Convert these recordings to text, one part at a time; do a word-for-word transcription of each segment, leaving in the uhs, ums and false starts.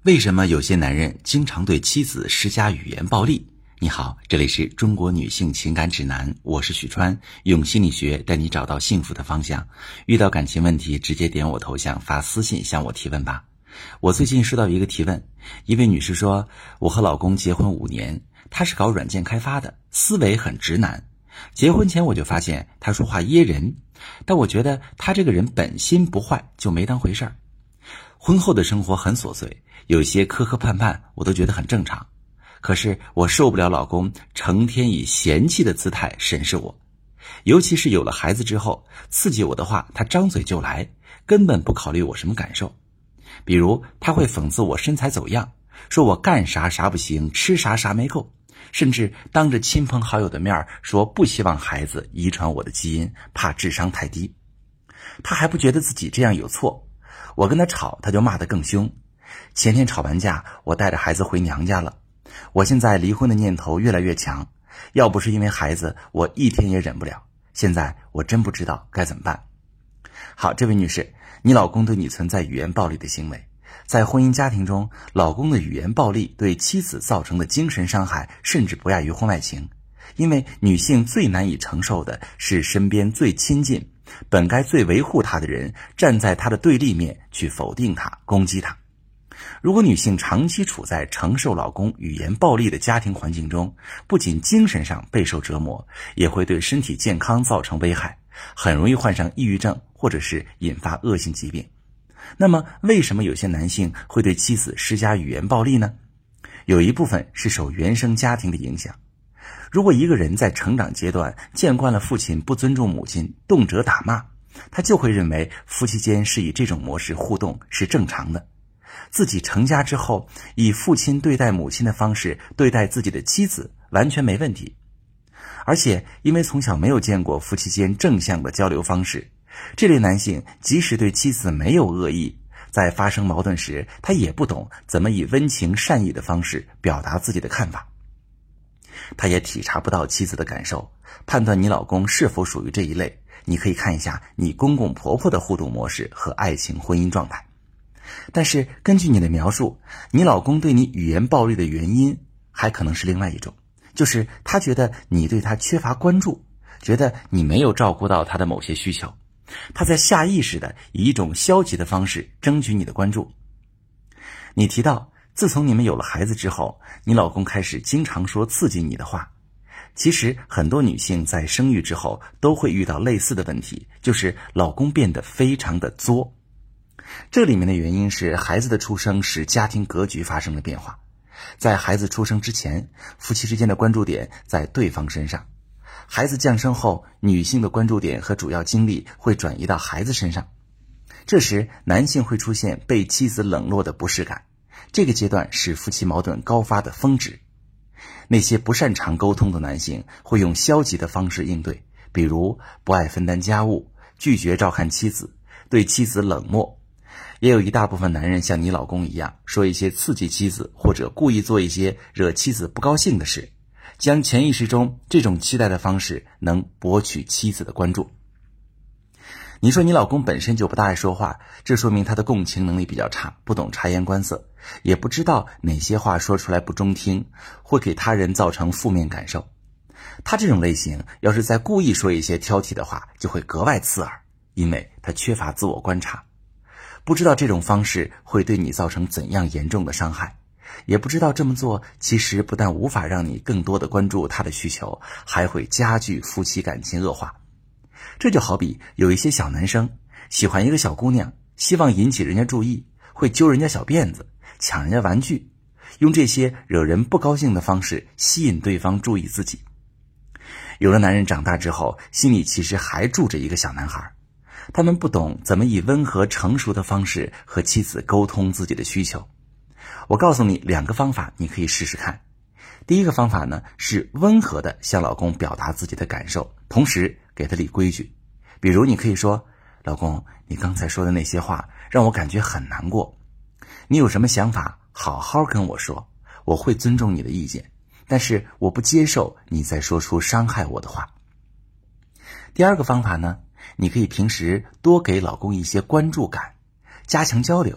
为什么有些男人经常对妻子施加语言暴力？你好，这里是中国女性情感指南，我是许川，用心理学带你找到幸福的方向。遇到感情问题，直接点我头像发私信向我提问吧。我最近收到一个提问，一位女士说，我和老公结婚五年，他是搞软件开发的，思维很直男。结婚前我就发现他说话噎人，但我觉得他这个人本心不坏，就没当回事儿。婚后的生活很琐碎，有些磕磕绊绊我都觉得很正常，可是我受不了老公成天以嫌弃的姿态审视我，尤其是有了孩子之后，刺激我的话他张嘴就来，根本不考虑我什么感受。比如他会讽刺我身材走样，说我干啥啥不行，吃啥啥没够，甚至当着亲朋好友的面说不希望孩子遗传我的基因，怕智商太低。他还不觉得自己这样有错，我跟他吵他就骂得更凶。前天吵完架，我带着孩子回娘家了，我现在离婚的念头越来越强，要不是因为孩子，我一天也忍不了，现在我真不知道该怎么办。好，这位女士，你老公对你存在语言暴力的行为，在婚姻家庭中，老公的语言暴力对妻子造成的精神伤害甚至不亚于婚外情，因为女性最难以承受的是身边最亲近本该最维护她的人站在她的对立面去否定她，攻击她。如果女性长期处在承受老公语言暴力的家庭环境中，不仅精神上备受折磨，也会对身体健康造成危害，很容易患上抑郁症，或者是引发恶性疾病。那么为什么有些男性会对妻子施加语言暴力呢？有一部分是受原生家庭的影响。如果一个人在成长阶段见惯了父亲不尊重母亲，动辄打骂，他就会认为夫妻间是以这种模式互动是正常的。自己成家之后，以父亲对待母亲的方式对待自己的妻子完全没问题。而且因为从小没有见过夫妻间正向的交流方式，这类男性即使对妻子没有恶意，在发生矛盾时，他也不懂怎么以温情善意的方式表达自己的看法。他也体察不到妻子的感受，判断你老公是否属于这一类，你可以看一下你公公婆婆的互动模式和爱情婚姻状态。但是根据你的描述，你老公对你语言暴力的原因还可能是另外一种，就是他觉得你对他缺乏关注，觉得你没有照顾到他的某些需求，他在下意识的以一种消极的方式争取你的关注。你提到自从你们有了孩子之后，你老公开始经常说刺激你的话。其实很多女性在生育之后都会遇到类似的问题，就是老公变得非常的作。这里面的原因是孩子的出生使家庭格局发生了变化。在孩子出生之前，夫妻之间的关注点在对方身上，孩子降生后，女性的关注点和主要精力会转移到孩子身上。这时男性会出现被妻子冷落的不适感，这个阶段是夫妻矛盾高发的峰值。那些不擅长沟通的男性会用消极的方式应对，比如不爱分担家务，拒绝照看妻子，对妻子冷漠。也有一大部分男人像你老公一样，说一些刺激妻子或者故意做一些惹妻子不高兴的事，将潜意识中这种期待的方式能博取妻子的关注。你说你老公本身就不大爱说话，这说明他的共情能力比较差，不懂察言观色，也不知道哪些话说出来不中听，会给他人造成负面感受。他这种类型要是再故意说一些挑剔的话，就会格外刺耳，因为他缺乏自我观察，不知道这种方式会对你造成怎样严重的伤害，也不知道这么做其实不但无法让你更多的关注他的需求，还会加剧夫妻感情恶化。这就好比有一些小男生喜欢一个小姑娘，希望引起人家注意，会揪人家小辫子，抢人家玩具，用这些惹人不高兴的方式吸引对方注意自己。有的男人长大之后，心里其实还住着一个小男孩，他们不懂怎么以温和成熟的方式和妻子沟通自己的需求。我告诉你两个方法，你可以试试看。第一个方法呢，是温和的向老公表达自己的感受，同时给他立规矩。比如你可以说，老公，你刚才说的那些话让我感觉很难过，你有什么想法好好跟我说，我会尊重你的意见，但是我不接受你再说出伤害我的话。第二个方法呢，你可以平时多给老公一些关注感，加强交流。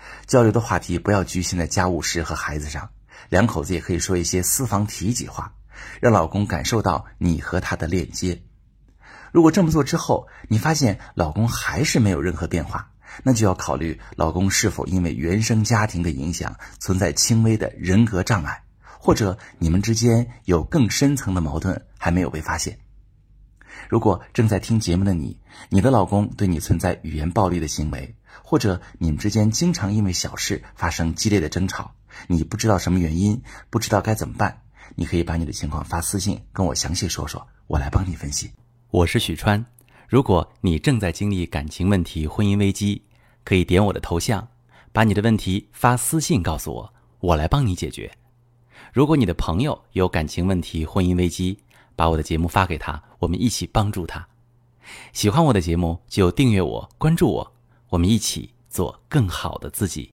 交流的话题不要局限在家务事和孩子上，两口子也可以说一些私房体己话，让老公感受到你和他的链接。如果这么做之后，你发现老公还是没有任何变化，那就要考虑老公是否因为原生家庭的影响存在轻微的人格障碍，或者你们之间有更深层的矛盾还没有被发现。如果正在听节目的你，你的老公对你存在语言暴力的行为，或者你们之间经常因为小事发生激烈的争吵，你不知道什么原因，不知道该怎么办，你可以把你的情况发私信跟我详细说说，我来帮你分析。 我是许川，如果你正在经历感情问题、婚姻危机，可以点我的头像，把你的问题发私信告诉我，我来帮你解决。如果你的朋友有感情问题、婚姻危机，把我的节目发给他，我们一起帮助他。喜欢我的节目就订阅我、关注我，我们一起做更好的自己。